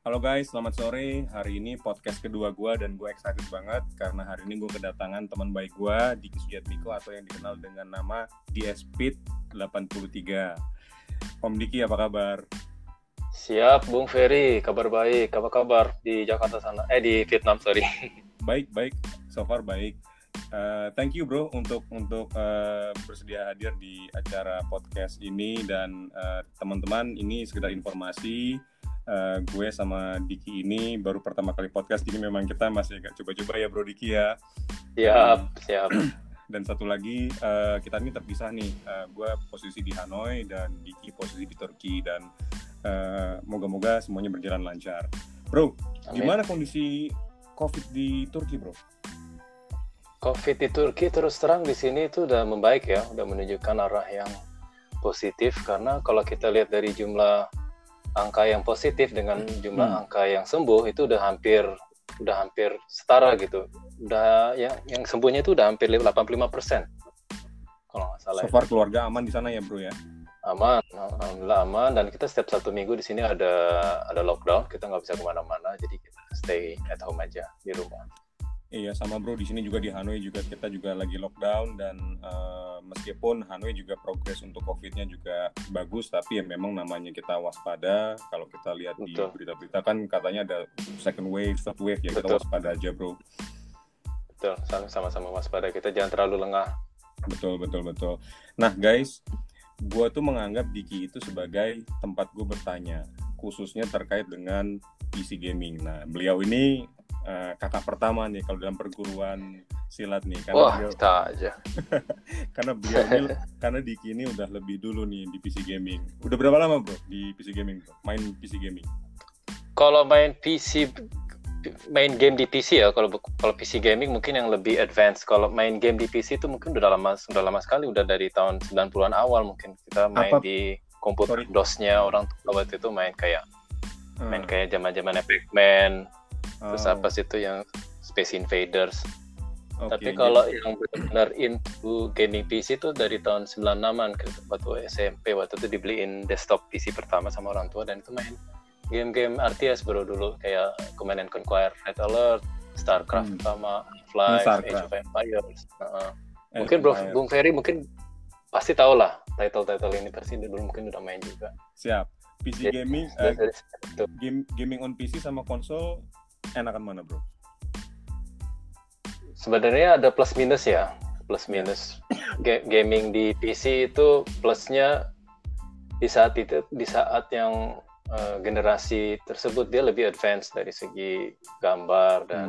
Halo guys, selamat sore. Hari ini podcast kedua gue dan gue excited banget karena hari ini gue kedatangan teman baik gue, Diki Sujatmiko atau yang dikenal dengan nama DSpeed 83. Om Diki, apa kabar? Siap, Bung Ferry. Kabar baik. Apa kabar di Jakarta sana? Di Vietnam, sorry. Baik. So far baik. Thank you bro untuk bersedia hadir di acara podcast ini dan teman-teman, ini sekedar informasi. Gue sama Diki ini baru pertama kali podcast, jadi memang kita masih agak coba-coba ya bro Diki ya. Siap. Dan satu lagi, kita ini terpisah nih. Gue posisi di Hanoi dan Diki posisi di Turki, dan moga-moga semuanya berjalan lancar. Bro, Amin. gimana kondisi COVID di Turki bro? COVID di Turki terus terang di sini itu udah membaik ya, udah menunjukkan arah yang positif, karena kalau kita lihat dari jumlah angka yang positif dengan jumlah angka yang sembuh itu udah hampir setara gitu. Udah yang sembuhnya itu udah hampir 85% kalau nggak salah. So far keluarga aman di sana ya bro ya? Aman, alhamdulillah aman. Dan kita setiap 1 minggu di sini ada lockdown, kita nggak bisa kemana-mana, jadi kita stay at home aja di rumah. Iya sama bro, di sini juga di Hanoi juga kita juga lagi lockdown, dan meskipun Hanoi juga progres untuk COVID-nya juga bagus, tapi ya memang namanya kita waspada. Kalau kita lihat di berita-berita kan katanya ada second wave, third wave, ya kita waspada aja bro. Betul, sama-sama waspada, kita jangan terlalu lengah. Betul. Nah guys, gue tuh menganggap Diki itu sebagai tempat gue bertanya, khususnya terkait dengan PC gaming. Nah beliau ini kakak pertama nih kalau dalam perguruan silat nih, karena kita aja. karena Diki ini udah lebih dulu nih di PC gaming. Udah berapa lama bro di PC gaming bro? Main PC gaming? Kalau main game di PC ya, kalau PC gaming mungkin yang lebih advance. Kalau main game di PC itu mungkin udah lama sekali, udah dari tahun 90-an awal mungkin kita main di komputer DOS-nya orang tua waktu itu, main kayak zaman-zamannya Pac-Man. Terus apa sih itu yang Space Invaders. Tapi kalau yang benar-benar into gaming PC itu dari tahun 96-an, waktu SMP, waktu itu dibeliin desktop PC pertama sama orang tua, dan itu main game-game RTS bro dulu, kayak Command and Conquer, Red Alert, StarCraft sama Half-Life, Age of Empires. Mungkin Bung Ferry mungkin pasti tahu lah title-title ini, pasti dulu mungkin udah main juga. Siap. PC gaming, gaming on PC sama konsol enakan mana bro? Sebenarnya ada plus minus ya, gaming di PC itu plusnya di saat yang generasi tersebut dia lebih advance dari segi gambar dan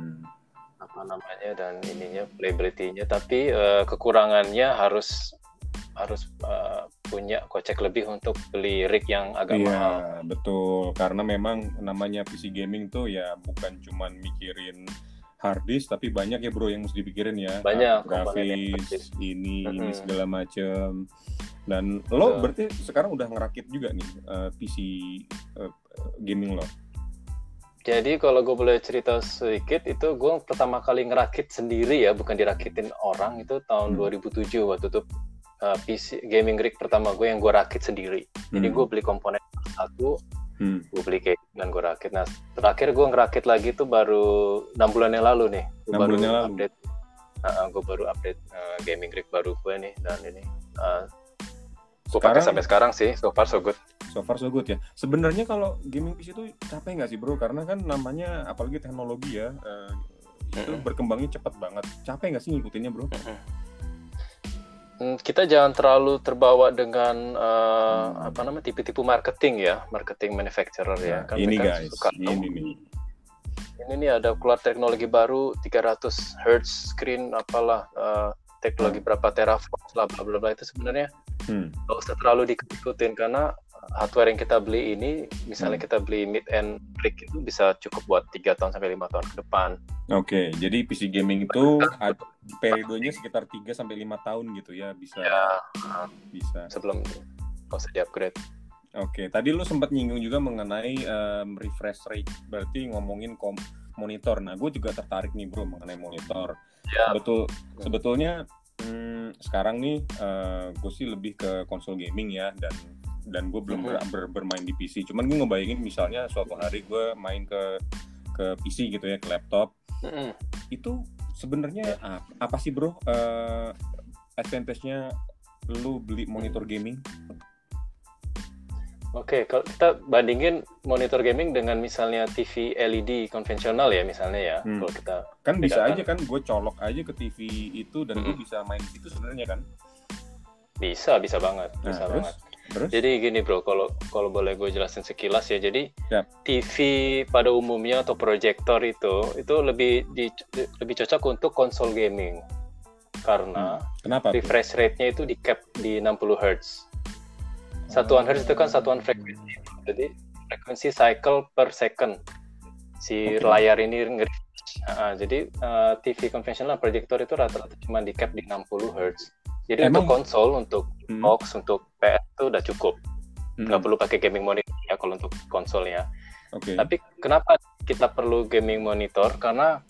dan ininya, playability-nya. Tapi kekurangannya harus punya kocek lebih untuk beli rig yang agak mahal. Iya, betul. Karena memang namanya PC gaming tuh ya bukan cuman mikirin hard disk, tapi banyak ya bro yang mesti dipikirin ya. Banyak grafis, ini segala macem. Dan lo berarti sekarang udah ngerakit juga nih PC gaming lo? Jadi kalau gue boleh cerita sedikit, itu gue pertama kali ngerakit sendiri ya, bukan dirakitin orang, itu tahun 2007 waktu itu. PC gaming rig pertama gue yang gue rakit sendiri. Jadi gue beli komponen satu, gue beli kayak dan gue rakit. Nah terakhir gue ngerakit lagi tuh baru 6 bulan yang lalu nih. Gue baru update gaming rig baru gue nih, dan ini gue pakai sampai sekarang sih. So far so good ya. Sebenarnya kalau gaming PC itu capek nggak sih bro? Karena kan namanya apalagi teknologi ya, itu berkembangnya cepat banget. Capek nggak sih ngikutinnya bro? Kita jangan terlalu terbawa dengan tipu-tipu marketing manufacturer ya. Kan ini guys, ini nih ada keluar teknologi baru 300 Hz screen teknologi berapa teraflops bla bla bla, itu sebenarnya nggak usah terlalu diikutin, karena hardware yang kita beli ini, misalnya kita beli mid-end rig itu bisa cukup buat 3 tahun sampai 5 tahun ke depan. Oke, jadi PC gaming itu periodenya sekitar 3 sampai 5 tahun gitu ya, bisa. Bisa. Sebelum nggak usah di-upgrade. Oke, tadi lu sempat nyinggung juga mengenai refresh rate, berarti ngomongin monitor. Nah, gue juga tertarik nih bro mengenai monitor. Ya. Sebetulnya sekarang nih gue sih lebih ke konsol gaming ya, dan dan gue belum bermain di PC. Cuman gue ngebayangin misalnya suatu hari gue main ke PC gitu ya, ke laptop. Itu sebenarnya apa sih bro advantage-nya lu beli monitor gaming? Oke, kalau kita bandingin monitor gaming dengan misalnya TV LED konvensional ya misalnya ya, kalau kita kan bisa aja kan gue colok aja ke TV itu dan gue bisa main di situ sebenarnya kan? Bisa banget, banget. Terus? Jadi gini bro, kalau boleh gue jelasin sekilas ya. Jadi TV pada umumnya atau proyektor itu lebih cocok untuk konsol gaming karena kenapa? Refresh rate-nya itu di cap di 60 Hz. Satuan Hertz itu kan satuan frekuensi. Jadi frekuensi cycle per second si layar ini nge-refresh. Jadi TV konvensional proyektor itu rata-rata cuma di cap di 60 Hz. Jadi untuk konsol, untuk box, untuk PS itu udah cukup. Nggak perlu pakai gaming monitor ya kalau untuk konsolnya. Tapi kenapa kita perlu gaming monitor? Karena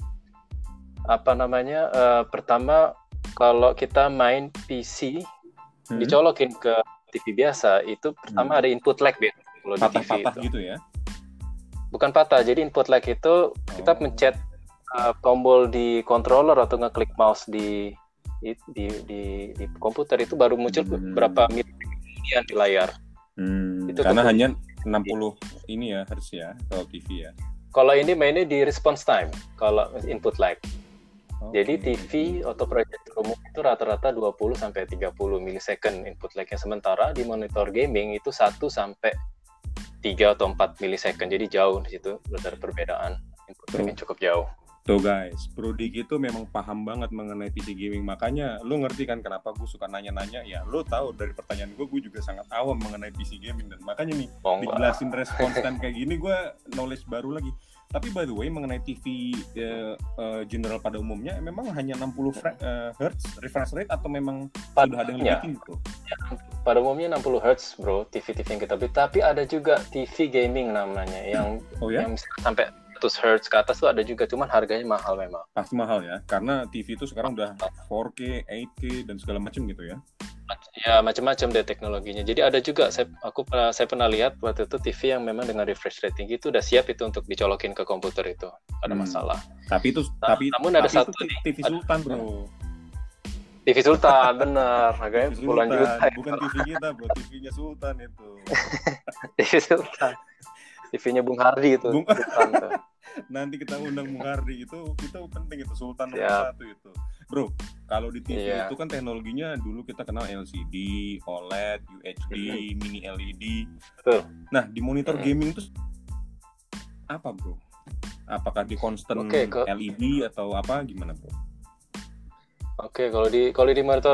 pertama kalau kita main PC dicolokin ke TV biasa itu pertama ada input lag kalau di TV itu. Gitu ya? Bukan patah, jadi input lag itu kita mencet tombol di controller atau ngeklik mouse di komputer itu baru muncul berapa milisekian di layar. Itu karena hanya 60 ini ya Hertz ya kalau TV ya. Kalau ini mainnya di response time kalau input lag. Jadi TV atau proyektor umum itu rata-rata 20-30 milisecond input lag-nya, sementara di monitor gaming itu 1 sampai 3 atau 4 milisecond. Jadi jauh di situ ada perbedaan input lag yang cukup jauh. Tuh guys, Bro Dik itu memang paham banget mengenai PC gaming. Makanya lu ngerti kan kenapa gue suka nanya-nanya. Ya lu tahu dari pertanyaan gue juga sangat awam mengenai PC gaming. Dan makanya nih dijelasin respons time kayak gini gue knowledge baru lagi. Tapi by the way mengenai TV general pada umumnya memang hanya 60 Hz refresh rate atau memang sudah ada yang lebih tinggi tuh? Pada umumnya 60 Hz bro, TV yang kita beli. Tapi ada juga TV gaming namanya yang yang sampai 100 Hz ke atas tuh ada juga, cuman harganya mahal memang. Pasti mahal ya, karena TV itu sekarang udah 4K, 8K dan segala macam gitu ya. Ya macam-macam deh teknologinya. Jadi ada juga saya pernah lihat waktu itu TV yang memang dengan refresh rate tinggi itu udah siap itu untuk dicolokin ke komputer itu. Ada masalah. Tapi namun ada satu nih, TV Sultan bro. TV Sultan bener, harganya puluhan juta. Bukan TV kita bro, TV-nya Sultan itu. TV Sultan. TV-nya Bung Hardi itu. Nanti kita undang Bung Hardi itu penting itu Sultan nomor 1 itu. Bro, kalau di TV itu kan teknologinya dulu kita kenal LCD, OLED, UHD, mini LED. Betul. Nah, di monitor gaming itu apa, Bro? Apakah di constant LED atau apa gimana, Bro? Oke, kalau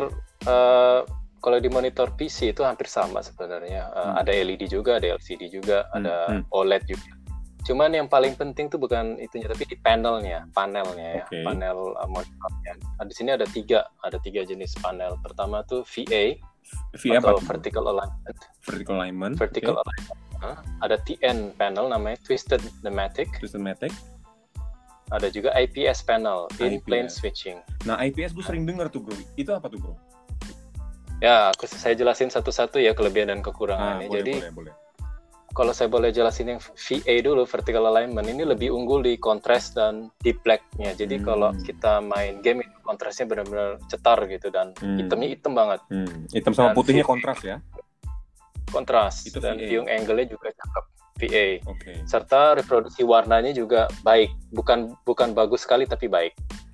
di monitor PC itu hampir sama sebenarnya. Ada LED juga, ada LCD juga, ada OLED juga. Cuman yang paling penting tuh bukan itunya, tapi di panelnya ya, panel monitornya. Di sini ada tiga jenis panel. Pertama tuh VA atau vertical alignment. Vertical alignment. Ada TN panel namanya Twisted Nematic. Ada juga IPS panel, in plane switching. Nah, IPS gue sering dengar tuh bro. Itu apa tuh bro? Ya, saya jelasin satu-satu ya kelebihan dan kekurangannya. Boleh. Kalau saya boleh jelasin yang VA dulu, vertical alignment, ini lebih unggul di kontras dan deep black-nya. Jadi kalau kita main game itu kontrasnya benar-benar cetar gitu dan hitamnya hitam banget. Hitam sama putihnya kontras ya? Kontras. Itu dan viewing angle-nya juga cakep VA. Serta reproduksi warnanya juga baik. Bukan bagus sekali tapi baik.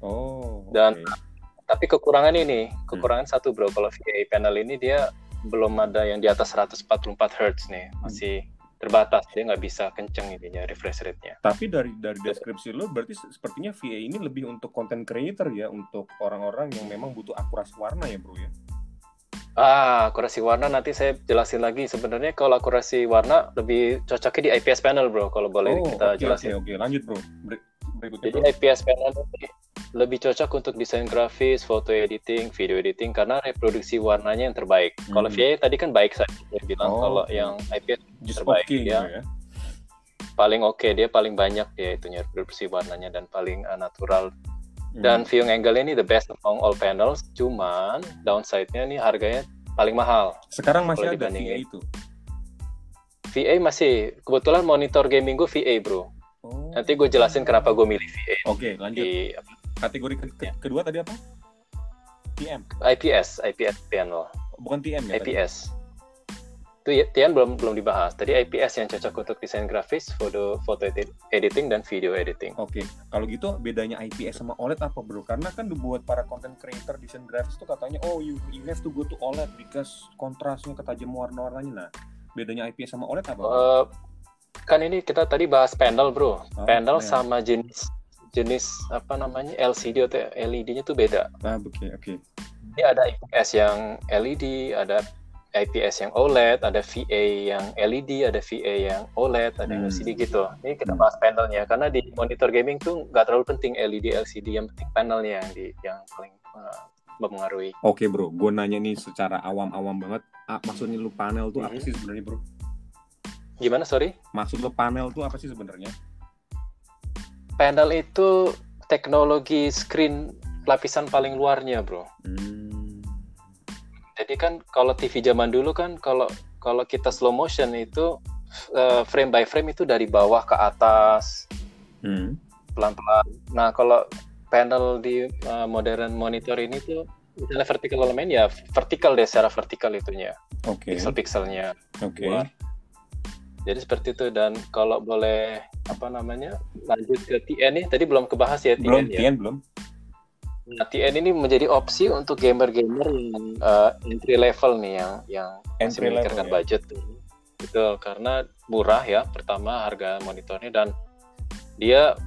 Tapi kekurangan satu bro, kalau VA panel ini dia belum ada yang di atas 144 Hz nih, masih terbatas, dia nggak bisa kenceng ininya refresh rate-nya. Tapi dari deskripsi lo berarti sepertinya VA ini lebih untuk content creator ya, untuk orang-orang yang memang butuh akurasi warna ya bro ya? Akurasi warna nanti saya jelasin lagi. Sebenarnya kalau akurasi warna lebih cocoknya di IPS panel bro, kalau boleh kita jelasin. Oke, lanjut bro. Berikutnya, jadi bro. IPS panel ini lebih cocok untuk desain grafis, foto editing, video editing karena reproduksi warnanya yang terbaik. Kalau VA tadi kan baik saya bilang, kalau yang IPS terbaik ya. Paling dia paling banyak dia itunya reproduksi warnanya dan paling natural. Dan viewing angle ini the best among all panels, cuman downside-nya nih harganya paling mahal. Sekarang masih ada VA itu? VA masih, kebetulan monitor gaming gue VA bro. Oh. Nanti gue jelasin kenapa gue milih VA. Oke, lanjut. Kategori kedua tadi apa? TM. IPS panel. Bukan TM ya? IPS. Itu TM belum dibahas. Tadi IPS yang cocok untuk desain grafis, foto editing dan video editing. Oke, kalau gitu bedanya IPS sama OLED apa bro? Karena kan buat para content creator desain grafis tuh katanya, oh you have to go to OLED because kontrasnya, ketajaman warna-warnanya. Nah, bedanya IPS sama OLED apa? Kan ini kita tadi bahas panel bro. Panel ya. sama jenis apa namanya LCD atau LED-nya tuh beda. Oke. Ini ada IPS yang LED, ada IPS yang OLED, ada VA yang LED, ada VA yang OLED, ada yang LCD gitu. Ini kita bahas panelnya, karena di monitor gaming tuh nggak terlalu penting LED, LCD, yang penting panelnya yang paling mempengaruhi. Oke bro, gue nanya nih secara awam-awam banget, maksudnya lu panel tuh apa sih sebenarnya bro? Gimana, sorry? Maksud lu panel tuh apa sih sebenarnya? Panel itu teknologi screen lapisan paling luarnya bro. Jadi kan kalau TV zaman dulu kan kalau kita slow motion itu frame by frame itu dari bawah ke atas pelan-pelan. Nah kalau panel di modern monitor ini tuh misalnya vertical element ya vertikal deh, secara vertikal itunya. Pixel-pixelnya. Jadi seperti itu. Dan kalau boleh lanjut ke TN nih, tadi belum kebahas ya TN ya. Belum. Nah, TN ini menjadi opsi untuk gamer-gamer yang entry level nih, yang masih memikirkan budget tuh. Betul, karena murah ya, pertama harga monitornya, dan dia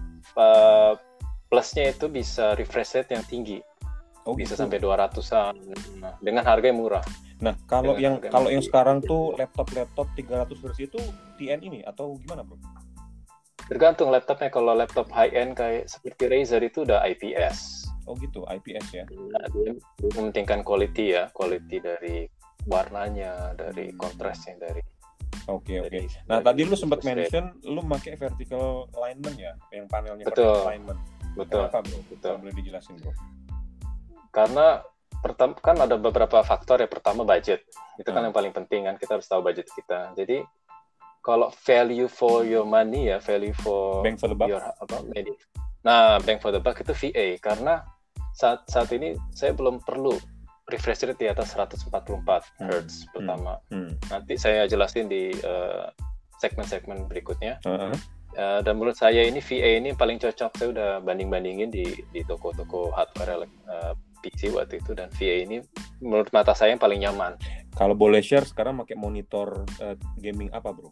plusnya itu bisa refresh rate yang tinggi. Bisa sampai 200-an dengan harga yang murah. Nah, kalau yang sekarang tuh laptop 300 Hz itu TN ini atau gimana, Bro? Tergantung laptopnya. Kalau laptop high end kayak seperti Razer itu udah IPS. Oh gitu, IPS ya. Nah, dia mementingkan quality dari warnanya, dari kontrasnya, dari. Oke. Nah, tadi lu sempat mention lu pakai vertical alignment ya, yang panelnya vertical alignment. Betul. Kenapa, Bro? Betul. Boleh dijelasin, Bro? Karena pertama kan ada beberapa faktor ya. Pertama budget. Itu kan yang paling penting kan, kita harus tahu budget kita. Jadi kalau value for your money ya, value for bang for the buck. Nah, bang for the buck itu VA, karena saat ini saya belum perlu refresh rate di atas 144 Hz pertama. Nanti saya jelasin di segmen-segmen berikutnya. Dan menurut saya ini VA ini paling cocok. Saya udah banding-bandingin di toko-toko hardware PC waktu itu, dan VA ini menurut mata saya yang paling nyaman. Kalau boleh share, sekarang pakai monitor gaming apa, Bro?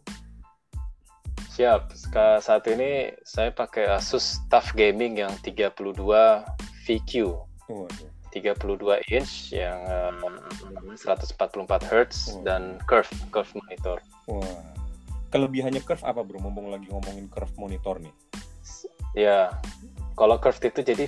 Siap. Saat ini saya pakai Asus TUF Gaming yang 32 VQ. 32 inch yang 144 Hz dan curve monitor. Wah. Kelebihannya curve apa, Bro? Mumpung lagi ngomongin curve monitor nih. Ya. Kalau curve itu jadi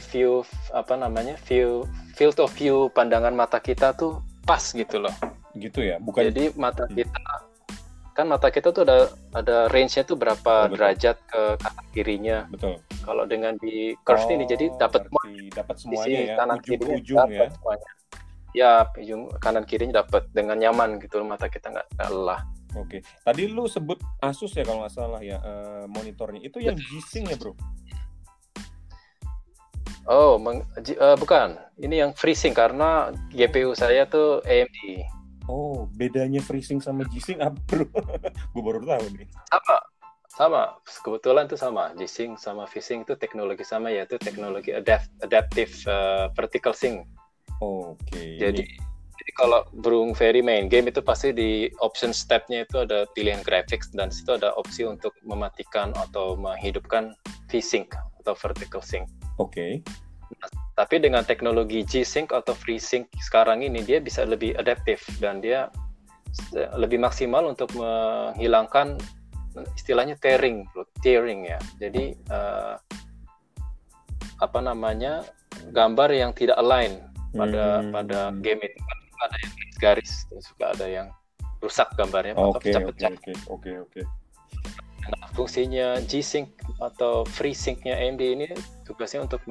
field of view pandangan mata kita tuh pas gitu loh. Gitu ya, bukan. Jadi mata kita tuh ada range-nya tuh berapa derajat ke kanan kirinya. Betul. Kalau dengan di curve ini jadi dapat semuanya ya, kanan ujung-ujung ya. Semuanya. Ya, ujung kanan kirinya dapat dengan nyaman gitu, mata kita nggak lelah. Oke. Tadi lu sebut Asus ya kalau nggak salah ya, monitornya. Itu yang G-Sync ya, Bro? Oh, bukan. Ini yang FreeSync karena GPU saya tuh AMD. Oh, bedanya FreeSync sama G-Sync apa, Bro? Gue baru tahu nih. Sama. Kebetulan tuh sama. G-Sync sama FreeSync itu teknologi sama, yaitu teknologi adaptive vertical sync. Oke. Jadi kalau Bung Ferry main game itu pasti di option step-nya itu ada pilihan graphics, dan situ ada opsi untuk mematikan atau menghidupkan V-Sync atau vertical sync. Oke. Nah, tapi dengan teknologi G-Sync atau FreeSync sekarang ini, dia bisa lebih adaptif dan dia lebih maksimal untuk menghilangkan istilahnya tearing ya. Jadi gambar yang tidak align pada game itu. Ada yang garis, juga ada yang rusak gambarnya atau pecah-pecah. Oke. Nah, fungsinya G-Sync atau FreeSync-nya AMD ini tugasnya untuk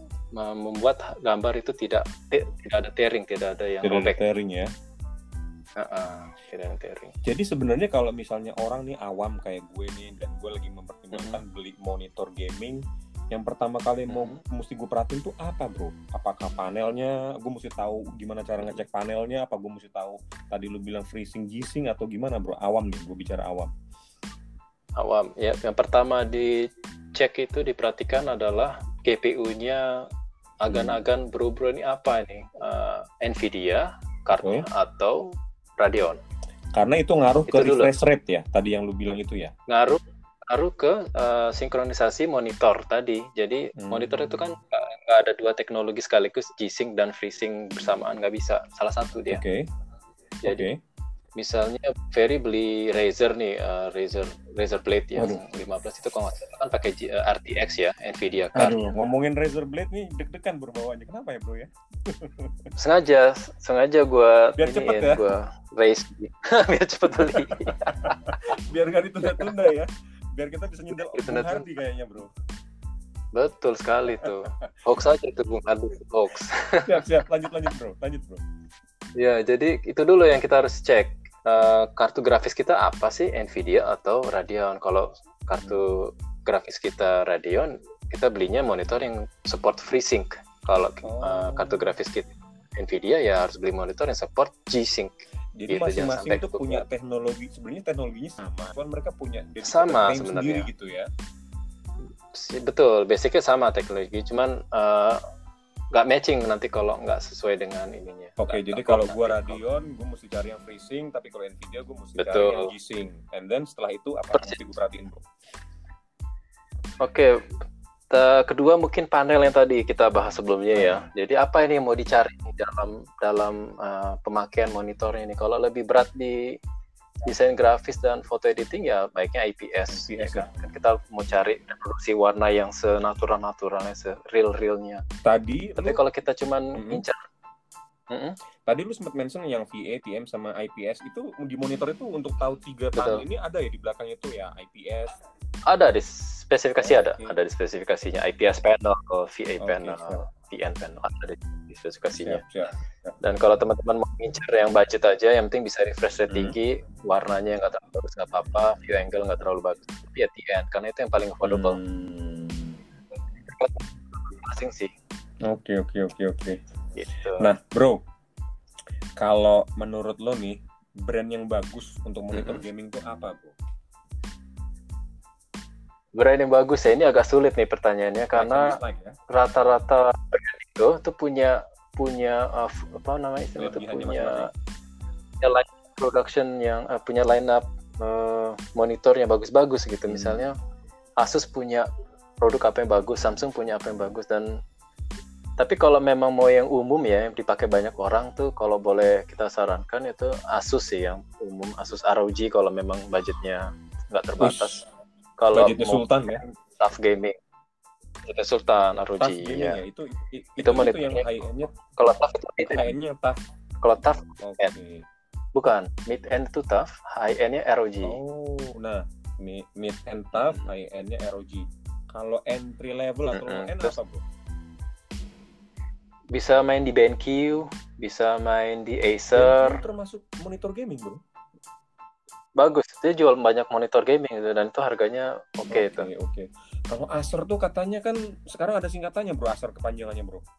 membuat gambar itu tidak ada tearing, tidak ada yang robek. Tearing ya. Tidak tethering. Jadi sebenarnya kalau misalnya orang nih awam kayak gue nih, dan gue lagi mempertimbangkan beli monitor gaming, yang pertama kali mesti gue perhatiin tuh apa, bro? Apakah panelnya? Gue mesti tahu gimana cara ngecek panelnya? Apa gue mesti tahu tadi lu bilang FreeSync, G-Sync atau gimana, bro? Awam nih, gue bicara awam. Awam ya. Yang pertama dicek itu diperhatikan adalah GPU-nya agan-agan berubah ini apa nih? Nvidia, kartunya atau Radeon. Karena itu ngaruh ke refresh rate ya, tadi yang lu bilang itu ya. Ngaruh ke sinkronisasi monitor tadi. Jadi monitor itu kan nggak ada dua teknologi sekaligus, G-Sync dan FreeSync bersamaan, nggak bisa. Salah satu dia. Jadi misalnya Ferry beli Razer nih, Razer Blade yang 15 itu kalau nggak salah kan pakai RTX ya, Nvidia card. Ngomongin Razer Blade nih deg-degan berbawanya. Kenapa ya, bro ya? Sengaja gue biar cepet ya. Gue race biar cepet beli. Biar nggak ditunda-tunda ya. Biar kita bisa nyendel Bung Hardi kayaknya, bro. Betul sekali tuh. Hoax aja tuh Bung Hardi, hoax. Siap. Lanjut bro. Ya, jadi itu dulu yang kita harus cek. Kartu grafis kita apa sih, Nvidia atau Radeon? Kalau kartu grafis kita Radeon, kita belinya monitor yang support FreeSync. Kalau kartu grafis kita Nvidia, ya harus beli monitor yang support G-Sync. Jadi gitu, masing-masing itu punya teknologi, sebenarnya teknologinya sama, cuman mereka punya sama sebenarnya gitu ya. Betul, basicnya sama teknologi, cuman nggak matching nanti kalau nggak sesuai dengan ininya. Oke, jadi kalau gue Radeon, gue mesti cari yang FreeSync, tapi kalau Nvidia gue mesti cari yang G-Sync. And then setelah itu apa yang mesti gue perhatiin, bro? Oke, kedua mungkin panel yang tadi kita bahas sebelumnya ya. Jadi apa ini yang mau dicari dalam pemakaian monitornya ini? Kalau lebih berat di desain grafis dan foto editing ya baiknya IPS ya kan? Kan kita mau cari reproduksi warna yang senatural-naturalnya, se-real-realnya. Tapi kalau kita cuman incar tadi lu sempat mention yang VA, TM sama IPS itu di monitor itu untuk tahu 3 panel ini ada ya di belakangnya itu ya, IPS. Ada di spesifikasi, ada di spesifikasinya, IPS panel, VA panel, TN panel ada di spesifikasinya. Siap. Dan kalau teman-teman mau ngincar yang budget aja, yang penting bisa refresh rate tinggi, warnanya nggak terlalu bagus nggak apa-apa, view angle nggak terlalu bagus, tapi ya TN karena itu yang paling affordable. Masing sih. Oke. Gitu. Nah, bro, kalau menurut lo nih brand yang bagus untuk monitor gaming itu apa, bro? Brand yang bagus ya, ini agak sulit nih pertanyaannya karena rata-rata brand itu tuh punya apa namanya itu punya line production yang punya line up monitor yang bagus-bagus gitu. Misalnya Asus punya produk apa yang bagus, Samsung punya apa yang bagus, dan tapi kalau memang mau yang umum ya, yang dipakai banyak orang tuh, kalau boleh kita sarankan itu Asus sih yang umum, Asus ROG kalau memang budgetnya nggak terbatas. Kalau budgetnya Sultan ya, tough gaming, budgetnya Sultan ROG ya. Itu monitor yang high-end-nya. Kalau tough itu high-end-nya tough. Kalau tough bukan, mid-end itu tough, high-end-nya ROG. Oh, nah mid-end tough, high-end-nya ROG. Kalau entry level atau low-end apa, bro? Bisa main di BenQ, bisa main di Acer. BenQ termasuk monitor gaming, bro? Bagus, dia jual banyak monitor gaming gitu, dan itu harganya oke. Oke. Kalau Acer tuh katanya kan sekarang ada singkatannya, bro, Acer kepanjangannya, bro.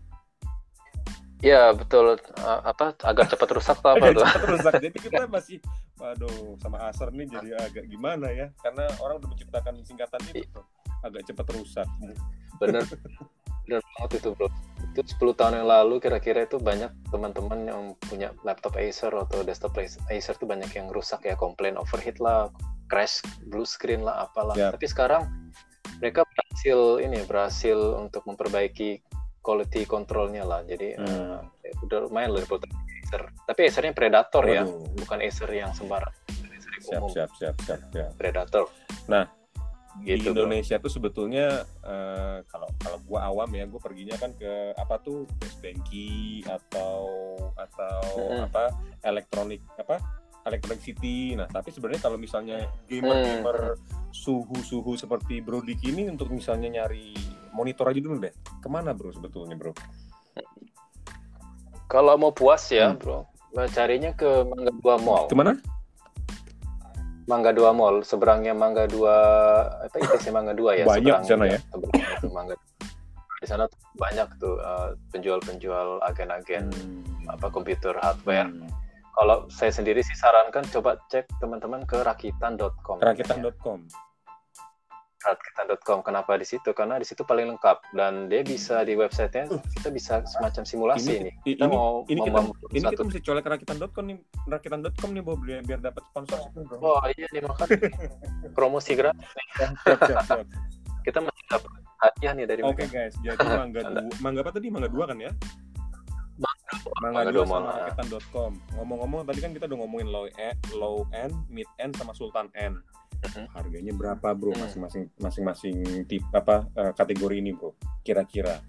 Iya, betul. Agar cepat rusak atau apa tuh? Cepat rusak. Jadi kita masih, waduh, sama Acer nih jadi agak gimana ya? Karena orang udah menciptakan singkatan itu, bro. Agak cepat rusak. Bener banget itu, bro. Itu 10 tahun yang lalu kira-kira itu banyak teman-teman yang punya laptop Acer atau desktop Acer tuh banyak yang rusak ya, komplain overheat lah, crash blue screen lah, apalah. Tapi sekarang mereka berhasil untuk memperbaiki quality controlnya lah. Jadi udah lumayan lah reputasi Acer. Tapi Acernya Predator ya, bukan Acer yang sembarang. Acer yang umum. Siap. Predator. Nah, gitu, di Indonesia tuh sebetulnya kalau gua awam ya, gua perginya kan ke apa tuh Best Banky atau Electronic City. Nah, tapi sebenarnya kalau misalnya gamer suhu seperti Bro Diki ini, untuk misalnya nyari monitor aja dulu deh, kemana, bro, sebetulnya, bro? Kalau mau puas ya, bro, carinya ke Mangga 2 Mall. Kemana? Mangga 2 Mall, seberangnya Mangga 2, apa ITC Mangga 2 ya, Banyak di sana ya? seberangnya itu Mangga. Di sana tuh banyak tuh penjual-penjual agen-agen komputer hardware. Kalau saya sendiri sih sarankan coba cek teman-teman ke rakitan.com. Rakitan.com. Rakitan.com. Kenapa di situ? Karena di situ paling lengkap dan dia bisa di websitenya kita bisa semacam simulasi nih. Kita kita mesti colek rakitan.com nih. Rakitan.com nih biar dapat sponsor. Oh iya nih, makanya promosi gratis nih. Siap. Kita masih dapat hadiah nih dari mereka. Oke guys, jadi Mangga apa tadi? Mangga 2 kan ya? Mangga 2 sama rakitan.com. Ngomong-ngomong tadi kan kita udah ngomongin low end, mid end sama sultan end. Harganya berapa bro masing-masing tipe kategori ini bro kira-kira?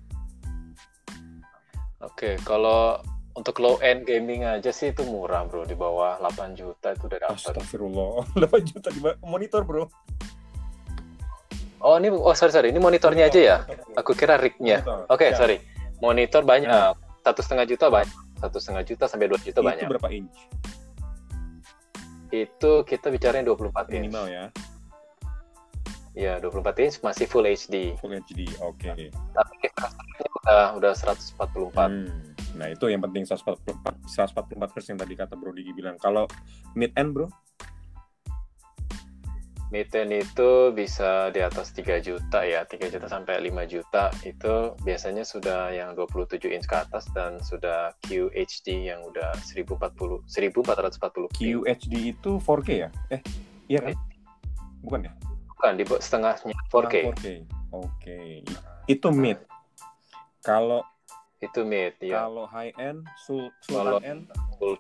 Oke, kalau untuk low end gaming aja sih itu murah bro, di bawah 8 juta itu udah dapat. Astagfirullah, 8 juta di monitor bro. Sorry, ini monitornya aja ya? Aku kira rig-nya. Oke, sorry. Monitor banyak, 1,5 juta banyak, 1,5 juta sampai 2 juta banyak. Itu berapa inch? Itu kita bicarain 24 inch. Minimal ya? Ya, 24 inch masih Full HD. Full HD, oke. Tapi udah 144. Nah, itu yang penting 144 Hz yang tadi kata Bro Digi bilang. Kalau mid-end bro? Mid-end itu bisa di atas 3 juta ya, 3 juta sampai 5 juta. Itu biasanya sudah yang 27 inch ke atas dan sudah QHD yang udah 1440p. QHD itu 4K ya? Iya kan? Bukan ya? Bukan, di setengahnya 4K. 4K. Oke. Itu mid. Kalau itu mid ya. Kalau high end, sultan end,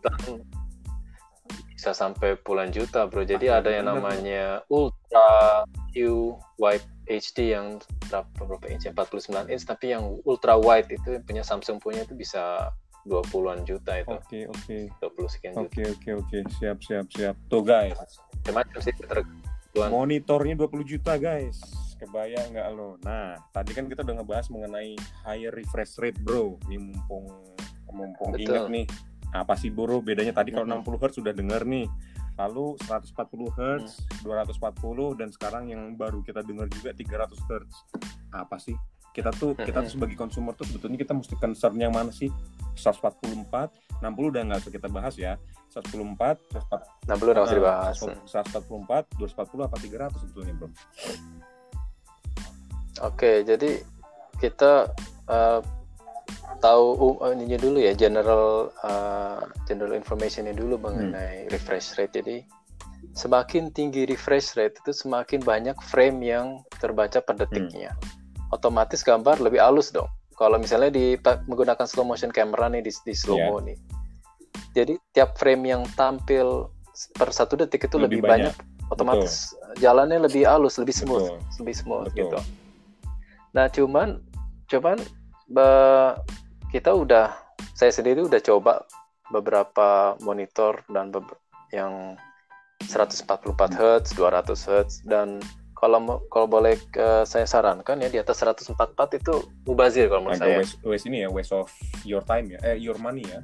bisa sampai puluhan juta bro. Jadi ada yang namanya Ultra Q Wide HD yang berapa inch? 49 inch, tapi yang ultra wide itu yang punya Samsung punya itu bisa 20-an juta itu. Oke. 20 sekian juta. Oke. Siap. Tuh guys. Macam sih monitornya 20 juta guys. Kebayang nggak lo? Nah, tadi kan kita udah ngebahas mengenai higher refresh rate bro. Ini mumpung ingat nih. Apa sih bro bedanya tadi kalau 60 Hz sudah dengar nih, lalu 140 Hz, 240 dan sekarang yang baru kita dengar juga 300 Hz. Apa sih? Kita tuh sebagai konsumer tuh sebetulnya kita mesti concern yang mana sih? 144, 60 udah nggak usah kita bahas ya. 144, 60 udah usah dibahas. 144, 240 apa 300 sebetulnya bro? Oke, jadi kita tahu ininya dulu ya, general informationnya dulu mengenai refresh rate. Jadi semakin tinggi refresh rate itu semakin banyak frame yang terbaca per detiknya. Otomatis gambar lebih halus dong. Kalau misalnya menggunakan slow motion camera nih di slow mo nih. Jadi tiap frame yang tampil per 1 detik itu lebih banyak. Otomatis jalannya lebih halus, lebih smooth gitu. Nah, cuman saya sendiri udah coba beberapa monitor dan yang 144 Hz, 200 Hz, dan kalau boleh saya sarankan ya di atas 144 itu mubazir kalau menurut saya. Waste of your time ya, your money ya.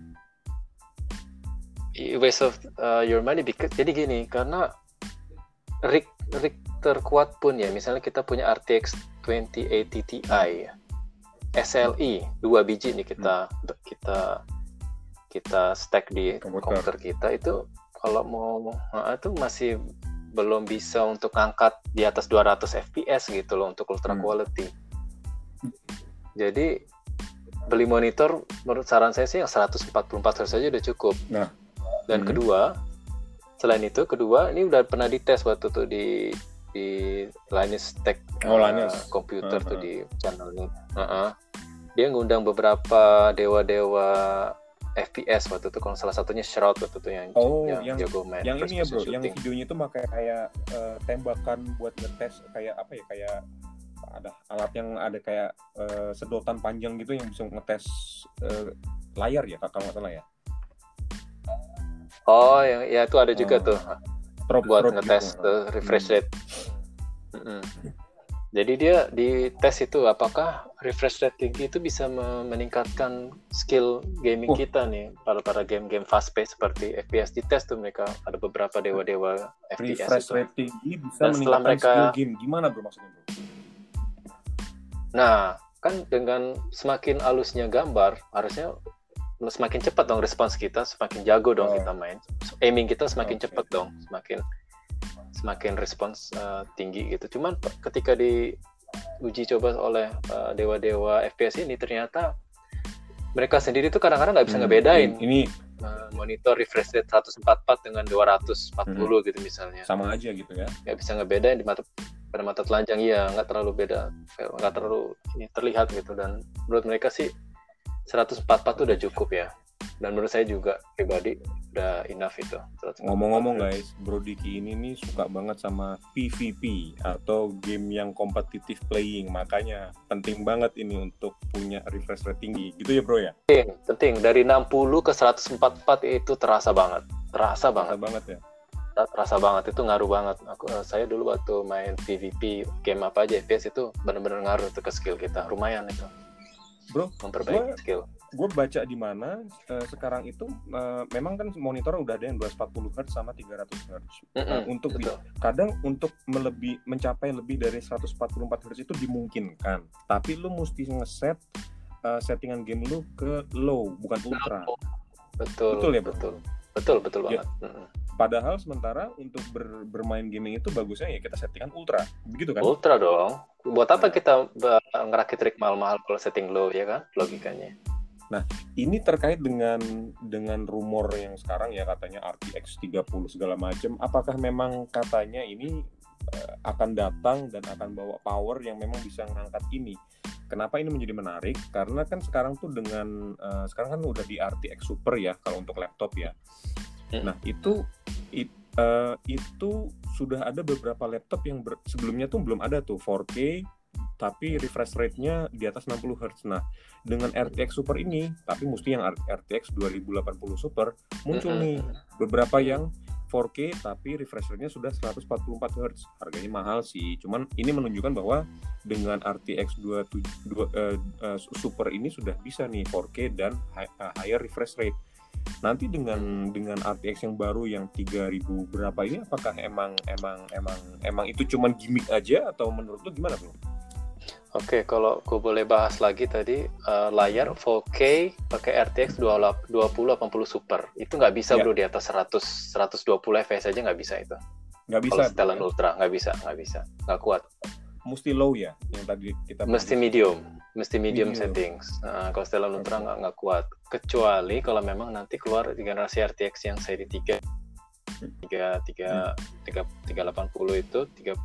Waste of your money jadi gini, karena rig terkuat pun ya, misalnya kita punya RTX 2080 Ti ya. SLI 2 biji nih kita stack di komputer kita itu kalau mau itu masih belum bisa untuk ngangkat di atas 200 fps gitu loh untuk ultra quality. Jadi beli monitor menurut saran saya sih yang 144 Hz saja udah cukup. Nah, dan selain itu ini udah pernah dites waktu itu di Linus Tech komputer tuh di channelnya. Dia ngundang beberapa dewa-dewa FPS waktu itu, kalau salah satunya Shroud waktu itu yang jago main. Yang ini ya bro, yang videonya itu pakai kayak tembakan buat ngetes kayak apa ya, kayak ada alat yang ada kayak sedotan panjang gitu yang bisa ngetes layar ya kalau nggak salah ya. Oh, yang itu ada juga tuh buat ngetes gitu. refresh rate. Jadi dia di tes itu apakah refresh rate tinggi itu bisa meningkatkan skill gaming kita nih para game-game fast pace seperti FPS. Di tes tuh mereka ada beberapa dewa-dewa FPS Refresh itu. rate tinggi bisa Dan setelah meningkatkan skill mereka- game. Gimana bro maksudnya bro? Nah, kan dengan semakin halusnya gambar, harusnya semakin cepat dong respons kita, semakin jago dong Oh. kita main. Aiming kita semakin Oke. cepat dong, semakin respons tinggi gitu. Cuman ketika diuji coba oleh dewa-dewa FPS ini, ternyata mereka sendiri tuh kadang-kadang nggak bisa ngebedain Ini monitor refresh rate 144 dengan 240 gitu misalnya. sama aja gitu ya. Nggak bisa ngebedain pada mata telanjang, iya nggak terlalu beda, nggak terlalu ini terlihat gitu. Dan menurut mereka sih 144 tuh udah cukup ya, dan menurut saya juga pribadi udah enough itu 144. Ngomong-ngomong guys, Bro Diki ini nih suka banget sama PvP atau game yang competitive playing, makanya penting banget ini untuk punya refresh rate tinggi gitu ya bro ya. Penting dari 60 ke 144 itu terasa banget Terasa banget ya. terasa banget, itu ngaruh banget. Saya dulu waktu main PvP game apa aja FPS itu benar-benar ngaruh tuh ke skill kita, lumayan itu Bro, memperbaiki skill. gue baca di mana sekarang itu memang kan monitor udah ada yang 240 Hz sama 300 Hz. Untuk betul. kadang untuk mencapai lebih dari 144 Hz itu dimungkinkan, tapi lu mesti ngeset settingan game lu ke low bukan ultra. Betul ya, Bro? Betul Ya. banget. Padahal sementara untuk bermain gaming itu bagusnya ya kita settingan ultra, begitu kan? Ultra dong. Buat apa kita ngerakit rig mahal-mahal kalau setting low, ya kan? Logikanya. Nah, ini terkait dengan rumor yang sekarang ya katanya RTX 30 segala macam. Apakah memang katanya ini akan datang dan akan bawa power yang memang bisa mengangkat ini? Kenapa ini menjadi menarik? Karena kan sekarang tuh sekarang kan udah di RTX Super ya kalau untuk laptop ya. Nah, itu sudah ada beberapa laptop yang sebelumnya tuh belum ada tuh 4K tapi refresh rate-nya di atas 60 Hz. Nah, dengan RTX Super ini, tapi mesti yang RTX 2080 Super, muncul nih beberapa yang 4K tapi refresh rate-nya sudah 144 Hz. Harganya mahal sih, cuman ini menunjukkan bahwa dengan RTX Super ini sudah bisa nih 4K dan higher refresh rate. Nanti dengan RTX yang baru yang 3000 berapa ini, apakah emang itu cuman gimmick aja atau menurut lu gimana bro? Oke, kalau gue boleh bahas lagi tadi layar 4K pakai RTX 2080 Super itu nggak bisa bro di atas 120 fps aja nggak bisa itu. Nggak bisa. Kalau setelan ultra nggak bisa, nggak kuat. Mesti low ya yang tadi kita bahas. Mesti medium settings. Kalau setelan ultra nggak kuat. Kecuali kalau memang nanti keluar generasi RTX yang seri 3 380 itu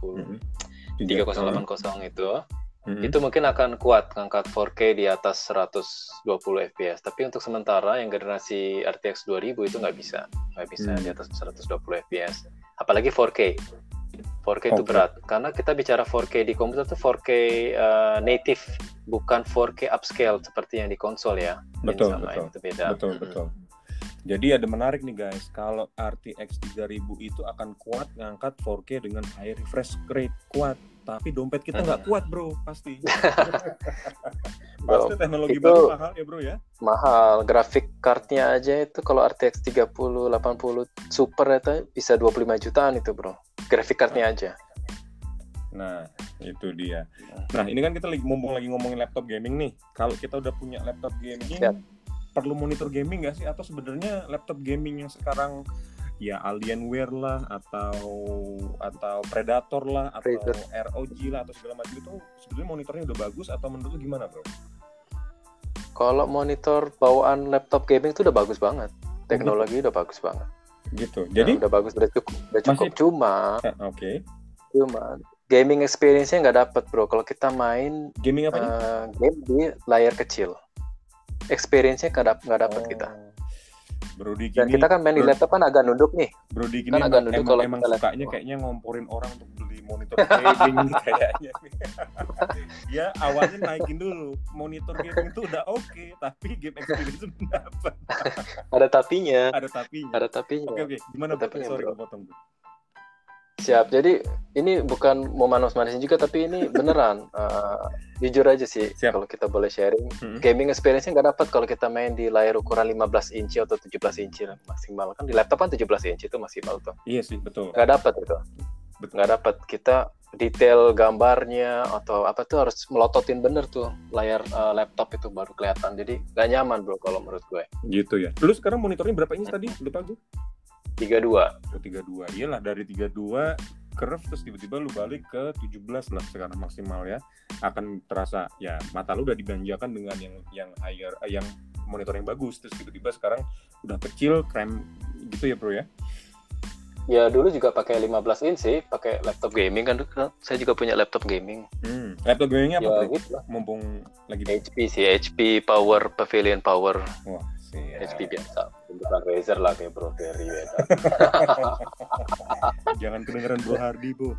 3080 itu mungkin akan kuat ngangkat 4K di atas 120 fps. Tapi untuk sementara yang generasi RTX 2000 itu nggak bisa di atas 120 fps. Apalagi 4K itu berat karena kita bicara 4K di komputer tuh 4K native, bukan 4K upscale seperti yang di konsol ya. Betul. Itu beda. Betul. Jadi ada menarik nih guys, kalau RTX 3000 itu akan kuat ngangkat 4K dengan high refresh rate kuat, tapi dompet kita nggak kuat bro, pasti. Pasti teknologi itu baru mahal ya bro ya. Mahal, grafik cardnya aja itu kalau RTX 3080 Super itu bisa 25 jutaan itu bro, grafik cardnya aja. Nah itu dia. Nah ini kan kita lagi ngomongin laptop gaming nih. Kalau kita udah punya laptop gaming, perlu monitor gaming nggak sih? Atau sebenarnya laptop gaming yang sekarang ya Alienware lah atau Predator lah atau ROG lah atau segala macam itu sebenarnya monitornya udah bagus atau menurut lu gimana bro? Kalau monitor bawaan laptop gaming itu udah bagus banget, teknologi udah bagus banget. Gitu. Jadi udah bagus, udah cukup. Cuma gaming experience-nya nggak dapet bro. Kalau kita main gaming apa game di layar kecil, experience-nya nggak dapet kita. Bro Diki dan kita kan main di laptop kan agak nunduk nih. Bro Diki kan agak nunduk kalau emang sukanya kayaknya ngomporin orang untuk beli monitor gaming kayaknya. Ya awalnya naikin dulu monitor gaming itu udah oke, tapi game experience belum dapat. Ada tapinya. Oke, gimana bro? Tapinya, Sorry bro. gue potong bro. Siap. Jadi ini bukan mau manis-manisin juga, tapi ini beneran. Jujur aja sih, Siap. kalau kita boleh sharing, gaming experience-nya nggak dapat kalau kita main di layar ukuran 15 inci atau 17 inci maksimal. Kan di laptop kan 17 inci itu maksimal tuh. Iya sih, betul. Nggak dapat itu. Betul. Nggak dapat. Kita detail gambarnya atau apa tuh harus melototin bener tuh layar laptop itu baru kelihatan. Jadi nggak nyaman bro kalau menurut gue. Gitu ya. Lu sekarang monitornya berapa inch tadi? Lupa gue. 32. 32. Iyalah, dari 32 curve terus tiba-tiba lu balik ke 17 lah sekarang maksimal ya. Akan terasa ya mata lu udah dibelanjakan dengan yang higher, yang monitor yang bagus, terus tiba-tiba sekarang udah kecil, krem gitu ya bro ya. Ya dulu juga pakai 15 inch sih, pakai laptop gaming kan. Saya juga punya laptop gaming. Laptop gamingnya apa Ya, bro? gitu lah. Mumpung lagi HP sih, HP Power Pavilion Power. Wah, siap. HP biasa, bukan Razer lah kayak Bro Ferry beda. Jangan kedengeran Bro Hardy, Bro.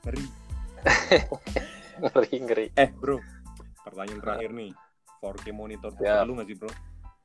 Ngeri. Bro, pertanyaan terakhir nih. 4K monitor Ya. perlu nggak sih, Bro?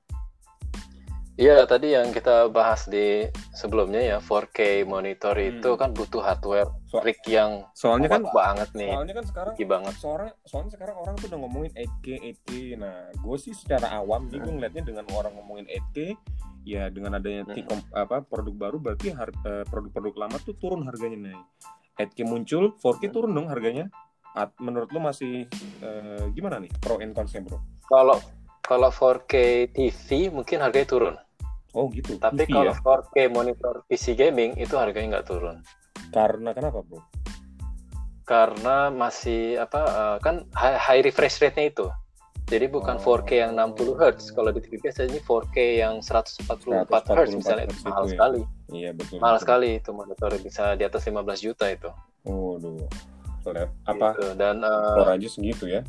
Iya, tadi yang kita bahas di sebelumnya ya, 4K monitor itu kan butuh hardware rig yang soalnya kan kuat banget nih. Soalnya kan sekarang banget. soalnya sekarang orang tuh udah ngomongin 8K. Nah, gue sih secara awam nih gue ngeliatnya dengan orang ngomongin 8K, ya dengan adanya produk baru berarti produk-produk lama tuh turun harganya nih. 8K muncul, 4K turun dong harganya. Menurut lo masih gimana nih pro and cons-nya, Bro? Kalau 4K TV mungkin harganya turun. Oh gitu. Tapi TV kalau ya? 4K monitor PC gaming itu harganya nggak turun. Karena kenapa, Bro? Karena masih kan high refresh rate-nya itu. Jadi bukan 4K yang 60 Hz. Kalau di TV biasanya 4K yang 144 Hz misalnya itu mahal sekali. Iya, betul. Mahal sekali itu monitor, bisa di atas 15 juta itu. Waduh. Apa? Gitu. Dan Core aja segitu ya?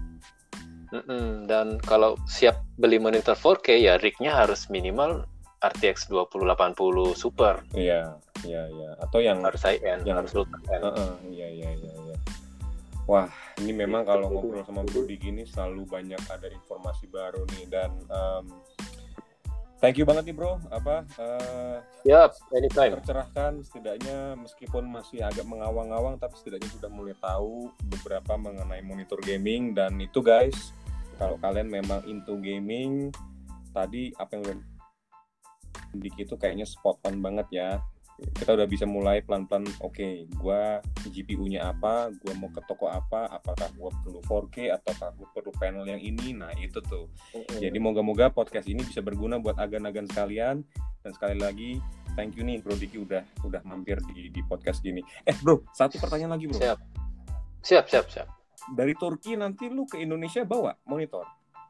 dan kalau siap beli monitor 4K ya rig-nya harus minimal RTX 2080 Super. Iya. Atau yang harus high-end, yang harus low-end. Iya. Wah, ini memang kalau ngobrol sama Bro Diki ini selalu banyak ada informasi baru nih, dan thank you banget nih Bro, Yap, anytime. Tercerahkan setidaknya, meskipun masih agak mengawang-awang tapi setidaknya sudah mulai tahu beberapa mengenai monitor gaming. Dan itu guys, kalau kalian memang into gaming, tadi apa yang udah Diki itu kayaknya spot on banget ya. Kita udah bisa mulai pelan-pelan, oke, gua GPU-nya apa, gua mau ke toko apa, apakah gua perlu 4K ataukah gua perlu panel yang ini. Nah itu tuh. Jadi moga-moga podcast ini bisa berguna buat agan-agan sekalian. Dan sekali lagi thank you nih Bro Diki udah mampir di podcast gini. Bro, satu pertanyaan lagi Bro. Siap. Dari Turki nanti lu ke Indonesia bawa monitor?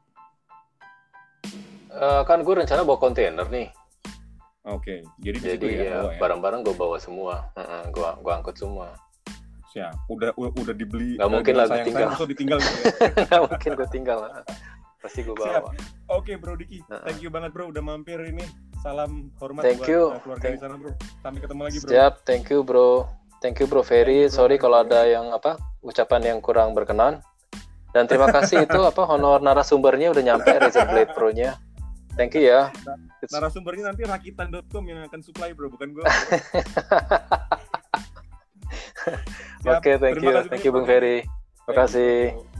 Kan gue rencana bawa kontainer nih. Oke, jadi ya, barang-barang gue bawa semua, gue angkut semua. Siap, udah dibeli. Gak mungkin lah gue tinggal. Ditinggal gitu ya? Gak mungkin gue tinggal, pasti gue bawa. Siap. Oke Bro Diki, thank you banget Bro udah mampir ini. Salam hormat buat keluarga di sana Bro. Sampai ketemu lagi Bro. Siap, thank you Bro Ferry. Sorry kalau ada yang ucapan yang kurang berkenan. Dan terima kasih itu honor narasumbernya udah nyampe, Razer Blade Pro-nya. Thank you ya. Narasumbernya nanti rakitan.com yang akan supply Bro, bukan gue. Oke, thank you Bung Ferry. Terima kasih.